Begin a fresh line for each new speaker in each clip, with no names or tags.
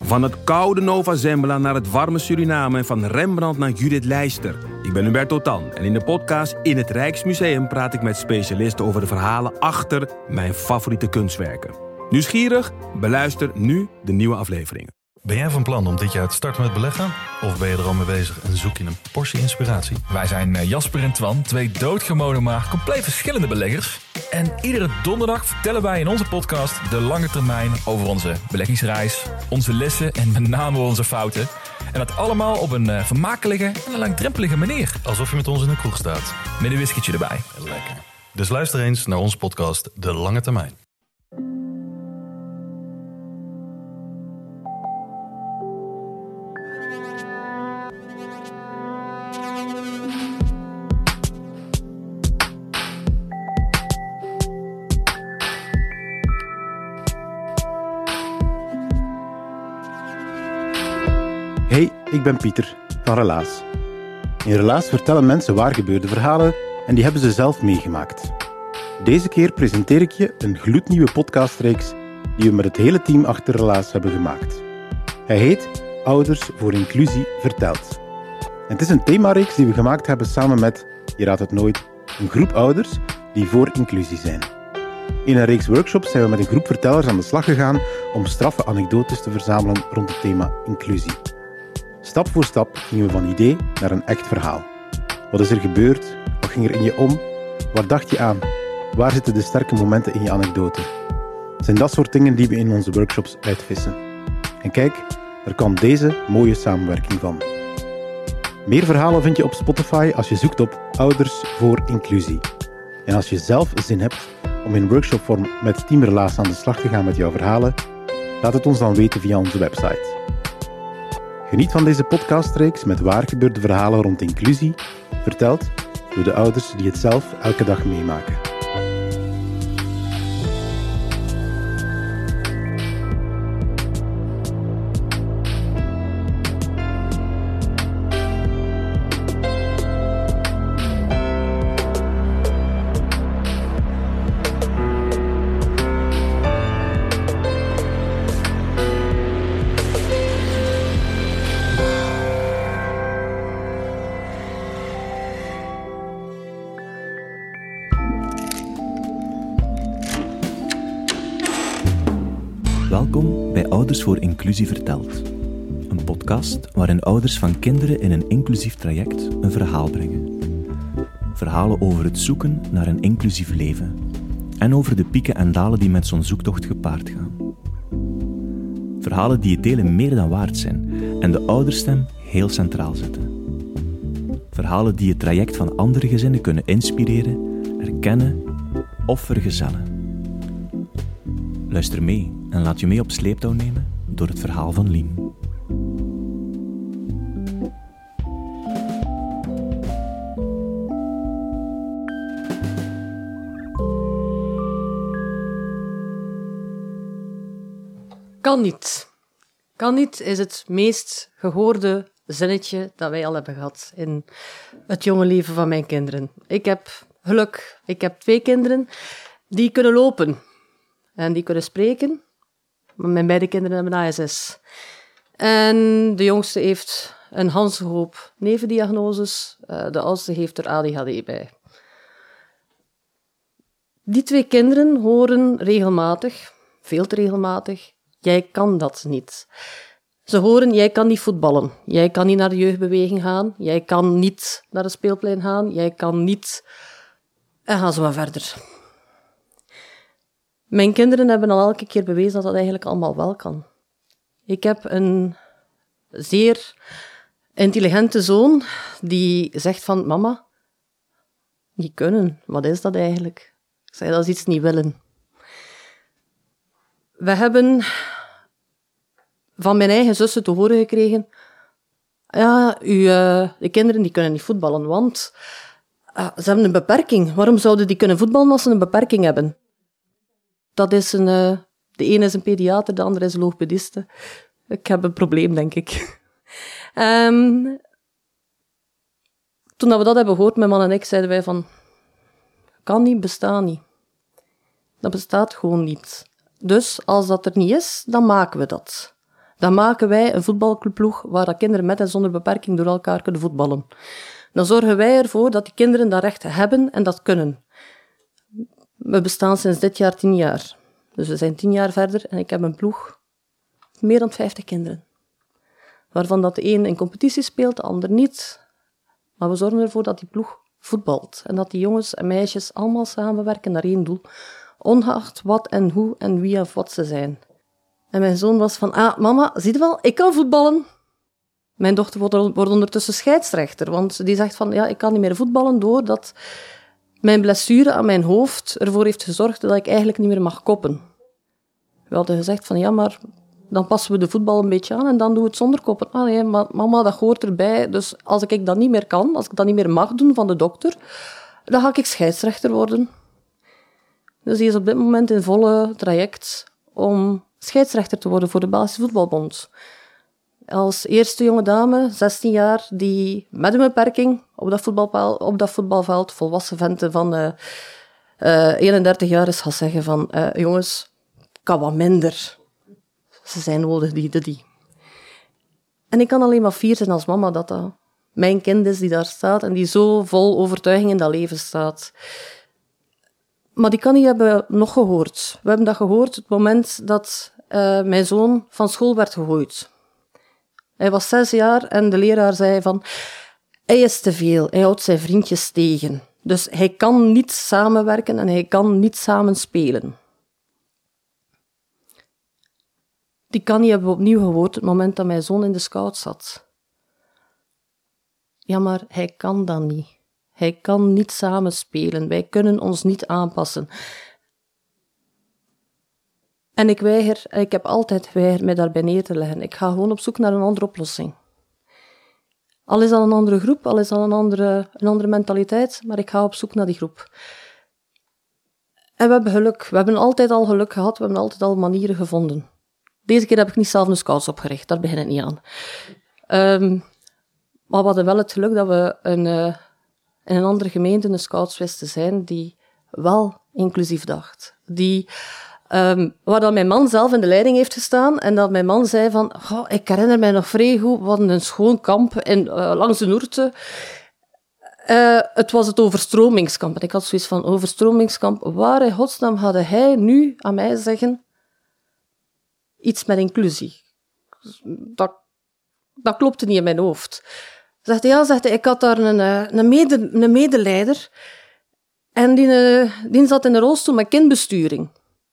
Van het koude Nova Zembla naar het warme Suriname en van Rembrandt naar Judith Leyster. Ik ben Hubert Totan en in de podcast In het Rijksmuseum praat ik met specialisten over de verhalen achter mijn favoriete kunstwerken. Nieuwsgierig? Beluister nu de nieuwe afleveringen.
Ben jij van plan om dit jaar te starten met beleggen? Of ben je er al mee bezig en zoek je een portie inspiratie?
Wij zijn Jasper en Twan, twee doodgewone maar compleet verschillende beleggers. En iedere donderdag vertellen wij in onze podcast de lange termijn over onze beleggingsreis, onze lessen en met name onze fouten. En dat allemaal op een vermakelijke en een langdrempelige manier.
Alsof je met ons in een kroeg staat.
Met een whiskytje erbij.
Lekker. Dus luister eens naar onze podcast De Lange Termijn.
Hey, ik ben Pieter van Relaas. In Relaas vertellen mensen waar gebeurde verhalen en die hebben ze zelf meegemaakt. Deze keer presenteer ik je een gloednieuwe podcastreeks die we met het hele team achter Relaas hebben gemaakt. Hij heet Ouders voor Inclusie verteld. En het is een themareeks die we gemaakt hebben samen met, je raadt het nooit, een groep ouders die voor inclusie zijn. In een reeks workshops zijn we met een groep vertellers aan de slag gegaan om straffe anekdotes te verzamelen rond het thema inclusie. Stap voor stap gingen we van idee naar een echt verhaal. Wat is er gebeurd? Wat ging er in je om? Wat dacht je aan? Waar zitten de sterke momenten in je anekdote? Het zijn dat soort dingen die we in onze workshops uitvissen. En kijk, er kwam deze mooie samenwerking van. Meer verhalen vind je op Spotify als je zoekt op Ouders voor Inclusie. En als je zelf zin hebt om in workshopvorm met Team Relaas aan de slag te gaan met jouw verhalen, laat het ons dan weten via onze website. Geniet van deze podcastreeks met waargebeurde verhalen rond inclusie, verteld door de ouders die het zelf elke dag meemaken.
Welkom bij Ouders voor Inclusie verteld. Een podcast waarin ouders van kinderen in een inclusief traject een verhaal brengen. Verhalen over het zoeken naar een inclusief leven. En over de pieken en dalen die met zo'n zoektocht gepaard gaan. Verhalen die het delen meer dan waard zijn en de ouderstem heel centraal zetten. Verhalen die het traject van andere gezinnen kunnen inspireren, erkennen of vergezellen. Luister mee en laat je mee op sleeptouw nemen door het verhaal van Liem.
Kan niet. Kan niet is het meest gehoorde zinnetje dat wij al hebben gehad in het jonge leven van mijn kinderen. Ik heb geluk. Ik heb 2 kinderen die kunnen lopen. En die kunnen spreken. Maar mijn beide kinderen hebben ASS. En de jongste heeft een ganzenhoop nevendiagnoses. De oudste heeft er ADHD bij. Die 2 kinderen horen regelmatig, veel te regelmatig, jij kan dat niet. Ze horen, jij kan niet voetballen. Jij kan niet naar de jeugdbeweging gaan. Jij kan niet naar het speelplein gaan. Jij kan niet... En gaan ze maar verder. Mijn kinderen hebben al elke keer bewezen dat dat eigenlijk allemaal wel kan. Ik heb een zeer intelligente zoon die zegt van, mama, niet kunnen, wat is dat eigenlijk? Ik zei, dat is iets niet willen. We hebben van mijn eigen zussen te horen gekregen, ja, de kinderen die kunnen niet voetballen, want ze hebben een beperking. Waarom zouden die kunnen voetballen als ze een beperking hebben? Dat is de ene is een pediater, de andere is een logopediste. Ik heb een probleem, denk ik. Toen we dat hebben gehoord, mijn man en ik, zeiden wij van... Kan niet, bestaat niet. Dat bestaat gewoon niet. Dus als dat er niet is, dan maken we dat. Dan maken wij een voetbalploeg waar dat kinderen met en zonder beperking door elkaar kunnen voetballen. Dan zorgen wij ervoor dat die kinderen dat recht hebben en dat kunnen. We bestaan sinds dit jaar 10 jaar. Dus we zijn 10 jaar verder en ik heb een ploeg meer dan 50 kinderen. Waarvan dat de een in competitie speelt, de ander niet. Maar we zorgen ervoor dat die ploeg voetbalt. En dat die jongens en meisjes allemaal samenwerken naar één doel. Ongeacht wat en hoe en wie of wat ze zijn. En mijn zoon was van, mama, zie je wel, ik kan voetballen. Mijn dochter wordt ondertussen scheidsrechter. Want die zegt van, ik kan niet meer voetballen doordat mijn blessure aan mijn hoofd ervoor heeft gezorgd dat ik eigenlijk niet meer mag koppen. We hadden gezegd van, maar dan passen we de voetbal een beetje aan en dan doen we het zonder koppen. Nee, maar mama, dat hoort erbij. Dus als ik dat niet meer kan, als ik dat niet meer mag doen van de dokter, dan ga ik scheidsrechter worden. Dus die is op dit moment in volle traject om scheidsrechter te worden voor de Belgische Voetbalbond. Als eerste jonge dame, 16 jaar, die met een beperking op dat voetbalveld, volwassen venten van 31 jaar, is gaan zeggen van, jongens, kan wat minder. Ze zijn nodig, die. En ik kan alleen maar fier zijn als mama dat mijn kind is die daar staat en die zo vol overtuiging in dat leven staat. Maar die kan niet hebben nog gehoord. We hebben dat gehoord het moment dat mijn zoon van school werd gegooid. Hij was 6 jaar en de leraar zei van, hij is te veel, hij houdt zijn vriendjes tegen. Dus hij kan niet samenwerken en hij kan niet samen spelen. Die kan niet hebben opnieuw gehoord het moment dat mijn zoon in de scout zat. Ja, maar hij kan dat niet. Hij kan niet samen spelen. Wij kunnen ons niet aanpassen. En ik heb altijd geweigerd mij daarbij neer te leggen. Ik ga gewoon op zoek naar een andere oplossing. Al is dat een andere groep, al is dat een andere mentaliteit, maar ik ga op zoek naar die groep. En we hebben geluk. We hebben altijd al geluk gehad, we hebben altijd al manieren gevonden. Deze keer heb ik niet zelf een scouts opgericht, daar begin ik niet aan. Maar we hadden wel het geluk dat we in een andere gemeente een scouts wisten zijn die wel inclusief dacht. Waar dat mijn man zelf in de leiding heeft gestaan en dat mijn man zei van, ik herinner mij nog vrij goed, we hadden een schoon kamp langs de Noorte. Het was het overstromingskamp. En ik had zoiets van, overstromingskamp, waar in godsnaam had hij nu aan mij zeggen iets met inclusie? Dat klopte niet in mijn hoofd. Zegt hij, ik had daar een medeleider en die zat in een rolstoel met kindbesturing.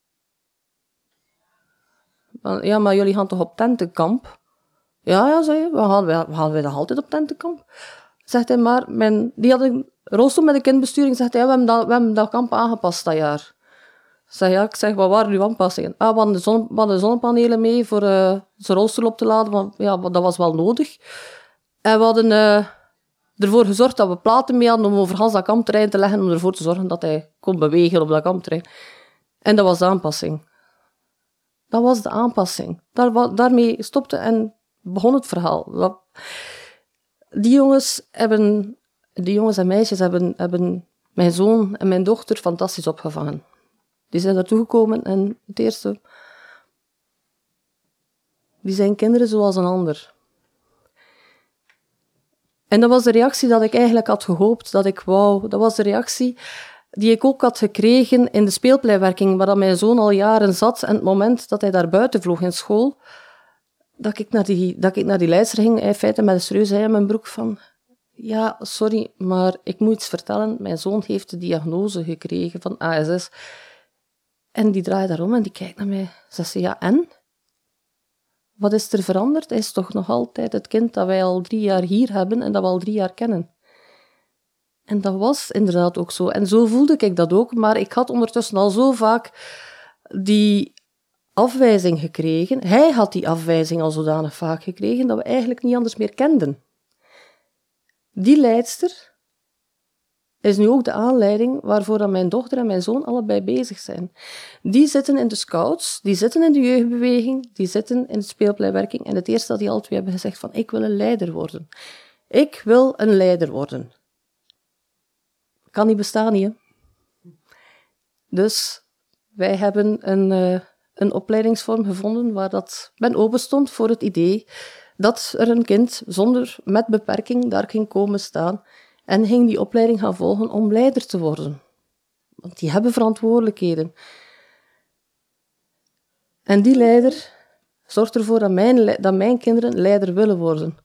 Ja, maar jullie gaan toch op tentenkamp? Ja, zei je, we gaan toch altijd op tentenkamp? Zegt hij, maar die had een rolstoel met een kindbesturing. Zegt hij, we hebben dat kamp aangepast dat jaar. Ik zeg, wat waren uw aanpassingen? We hadden zonnepanelen mee voor zijn rolstoel op te laden, want dat was wel nodig. En we hadden ervoor gezorgd dat we platen mee hadden om over Hans dat kampterrein te leggen, om ervoor te zorgen dat hij kon bewegen op dat kampterrein. En dat was de aanpassing. Dat was de aanpassing. Daarmee stopte en begon het verhaal. Die jongens en meisjes hebben mijn zoon en mijn dochter fantastisch opgevangen. Die zijn naartoe gekomen en het eerste, die zijn kinderen zoals een ander. En dat was de reactie dat ik eigenlijk had gehoopt, dat ik wou. Dat was de reactie die ik ook had gekregen in de speelpleinwerking, waar mijn zoon al jaren zat. En het moment dat hij daar buiten vloog in school, dat ik naar die leidster ging, in feite met een serieuze ei in mijn broek van, ja, sorry, maar ik moet iets vertellen. Mijn zoon heeft de diagnose gekregen van ASS. En die draait daarom en die kijkt naar mij. Zegt ze, ja, en? Wat is er veranderd? Hij is toch nog altijd het kind dat wij al 3 jaar hier hebben en dat we al 3 jaar kennen. En dat was inderdaad ook zo. En zo voelde ik dat ook, maar ik had ondertussen al zo vaak die afwijzing gekregen. Hij had die afwijzing al zodanig vaak gekregen dat we eigenlijk niet anders meer kenden. Die leidster is nu ook de aanleiding waarvoor dat mijn dochter en mijn zoon allebei bezig zijn. Die zitten in de scouts, die zitten in de jeugdbeweging, die zitten in de speelpleinwerking. En het eerste dat die alle twee hebben gezegd van, ik wil een leider worden. Ik wil een leider worden. Kan niet bestaan hier. Dus wij hebben een opleidingsvorm gevonden waar dat men open stond voor het idee dat er een kind met beperking daar ging komen staan en ging die opleiding gaan volgen om leider te worden. Want die hebben verantwoordelijkheden. En die leider zorgt ervoor dat mijn kinderen leider willen worden.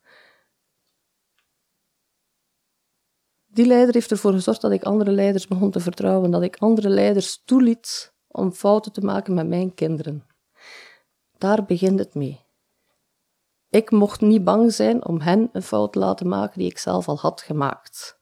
Die leider heeft ervoor gezorgd dat ik andere leiders begon te vertrouwen, dat ik andere leiders toeliet om fouten te maken met mijn kinderen. Daar begint het mee. Ik mocht niet bang zijn om hen een fout te laten maken die ik zelf al had gemaakt.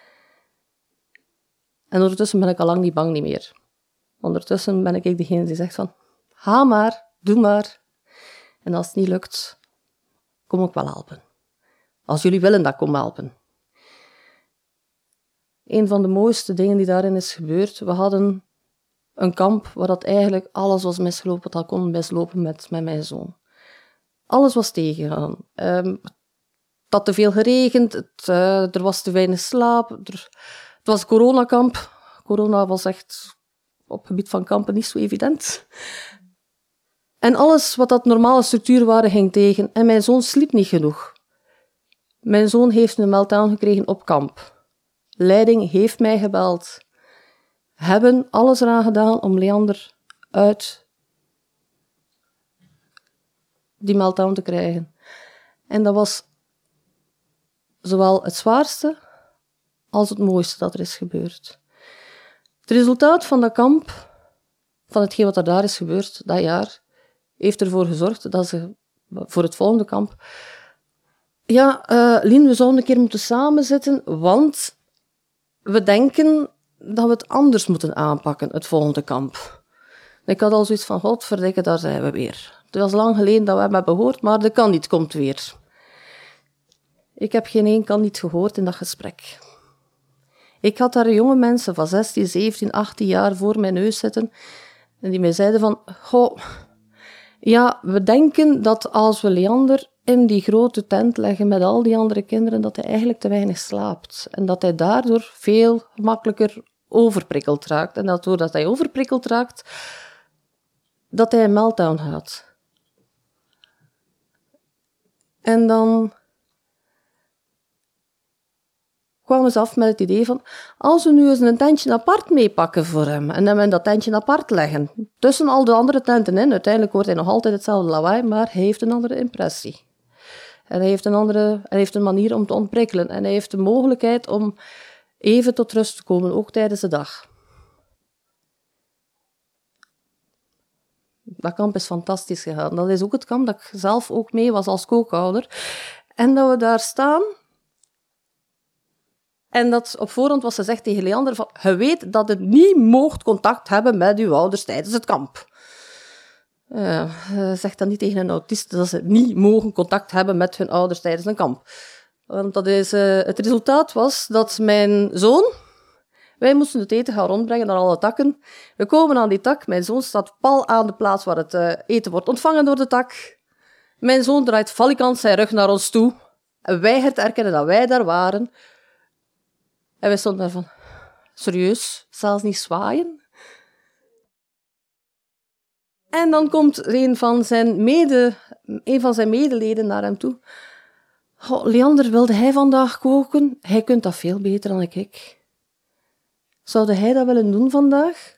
En ondertussen ben ik al lang niet bang meer. Ondertussen ben ik degene die zegt van, ga maar, doe maar. En als het niet lukt, kom ik wel helpen. Als jullie willen dat ik kom helpen. Een van de mooiste dingen die daarin is gebeurd, we hadden een kamp waar dat eigenlijk alles was misgelopen wat al kon mislopen met mijn zoon. Alles was tegengegaan. Het had te veel geregend, er was te weinig slaap, het was een coronakamp. Corona was echt op het gebied van kampen niet zo evident. En alles wat dat normale structuur waren, ging tegen. En mijn zoon sliep niet genoeg. Mijn zoon heeft een meltdown gekregen op kamp. Leiding heeft mij gebeld. Hebben alles eraan gedaan om Leander uit die meltdown te krijgen. En dat was zowel het zwaarste als het mooiste dat er is gebeurd. Het resultaat van dat kamp, van hetgeen wat er daar is gebeurd dat jaar, heeft ervoor gezorgd dat ze voor het volgende kamp... Ja, Lien, we zouden een keer moeten samenzitten, want we denken dat we het anders moeten aanpakken, het volgende kamp. Ik had al zoiets van, godverdikke, daar zijn we weer. Het was lang geleden dat we hebben gehoord, maar de kan niet komt weer. Ik heb geen één kan niet gehoord in dat gesprek. Ik had daar jonge mensen van 16, 17, 18 jaar voor mijn neus zitten en die mij zeiden van, ja, we denken dat als we Leander in die grote tent leggen met al die andere kinderen, dat hij eigenlijk te weinig slaapt. En dat hij daardoor veel makkelijker overprikkeld raakt. En dat doordat hij overprikkeld raakt, dat hij een meltdown had. En dan kwamen ze af met het idee van, als we nu eens een tentje apart meepakken voor hem, en dan in dat tentje apart leggen, tussen al de andere tenten in, uiteindelijk hoort hij nog altijd hetzelfde lawaai, maar hij heeft een andere impressie. En hij heeft een manier om te ontprikkelen. En hij heeft de mogelijkheid om even tot rust te komen, ook tijdens de dag. Dat kamp is fantastisch gegaan. Dat is ook het kamp dat ik zelf ook mee was als kookhouder. En dat we daar staan. En dat op voorhand was gezegd tegen Leander van, je weet dat het niet moogt contact hebben met uw ouders tijdens het kamp. Zeg dat niet tegen een autist, dat ze niet mogen contact hebben met hun ouders tijdens een kamp. Want dat is, het resultaat was dat mijn zoon... Wij moesten het eten gaan rondbrengen naar alle takken. We komen aan die tak. Mijn zoon staat pal aan de plaats waar het eten wordt ontvangen door de tak. Mijn zoon draait valikant zijn rug naar ons toe en weigert te erkennen dat wij daar waren. En wij stonden daar van... Serieus? Zelfs niet zwaaien? En dan komt een van zijn medeleden naar hem toe. Leander, wilde hij vandaag koken? Hij kunt dat veel beter dan ik. Zou hij dat willen doen vandaag?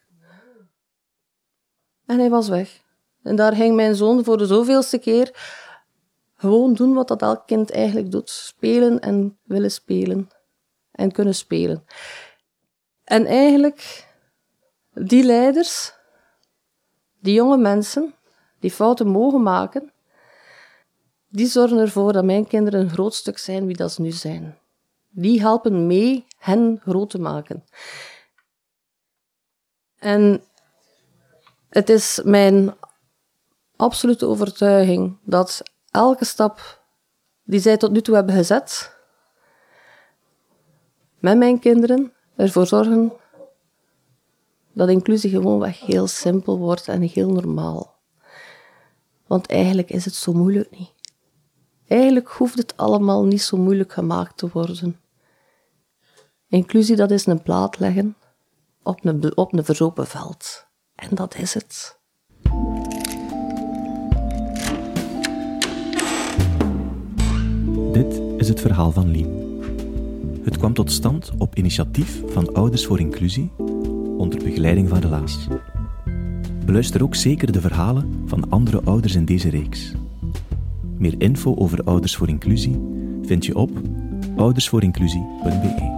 En hij was weg. En daar ging mijn zoon voor de zoveelste keer gewoon doen wat dat elk kind eigenlijk doet. Spelen en willen spelen. En kunnen spelen. En eigenlijk, die leiders, die jonge mensen, die fouten mogen maken, die zorgen ervoor dat mijn kinderen een groot stuk zijn wie dat ze nu zijn. Die helpen mee hen groot te maken. En het is mijn absolute overtuiging dat elke stap die zij tot nu toe hebben gezet, met mijn kinderen ervoor zorgen dat inclusie gewoonweg heel simpel wordt en heel normaal. Want eigenlijk is het zo moeilijk niet. Eigenlijk hoeft het allemaal niet zo moeilijk gemaakt te worden. Inclusie, dat is een plaat leggen op een verzopen veld. En dat is het.
Dit is het verhaal van Lien. Het kwam tot stand op initiatief van Ouders voor Inclusie, onder begeleiding van Relaas. Beluister ook zeker de verhalen van andere ouders in deze reeks. Meer info over Ouders voor Inclusie vind je op oudersvoorinclusie.be.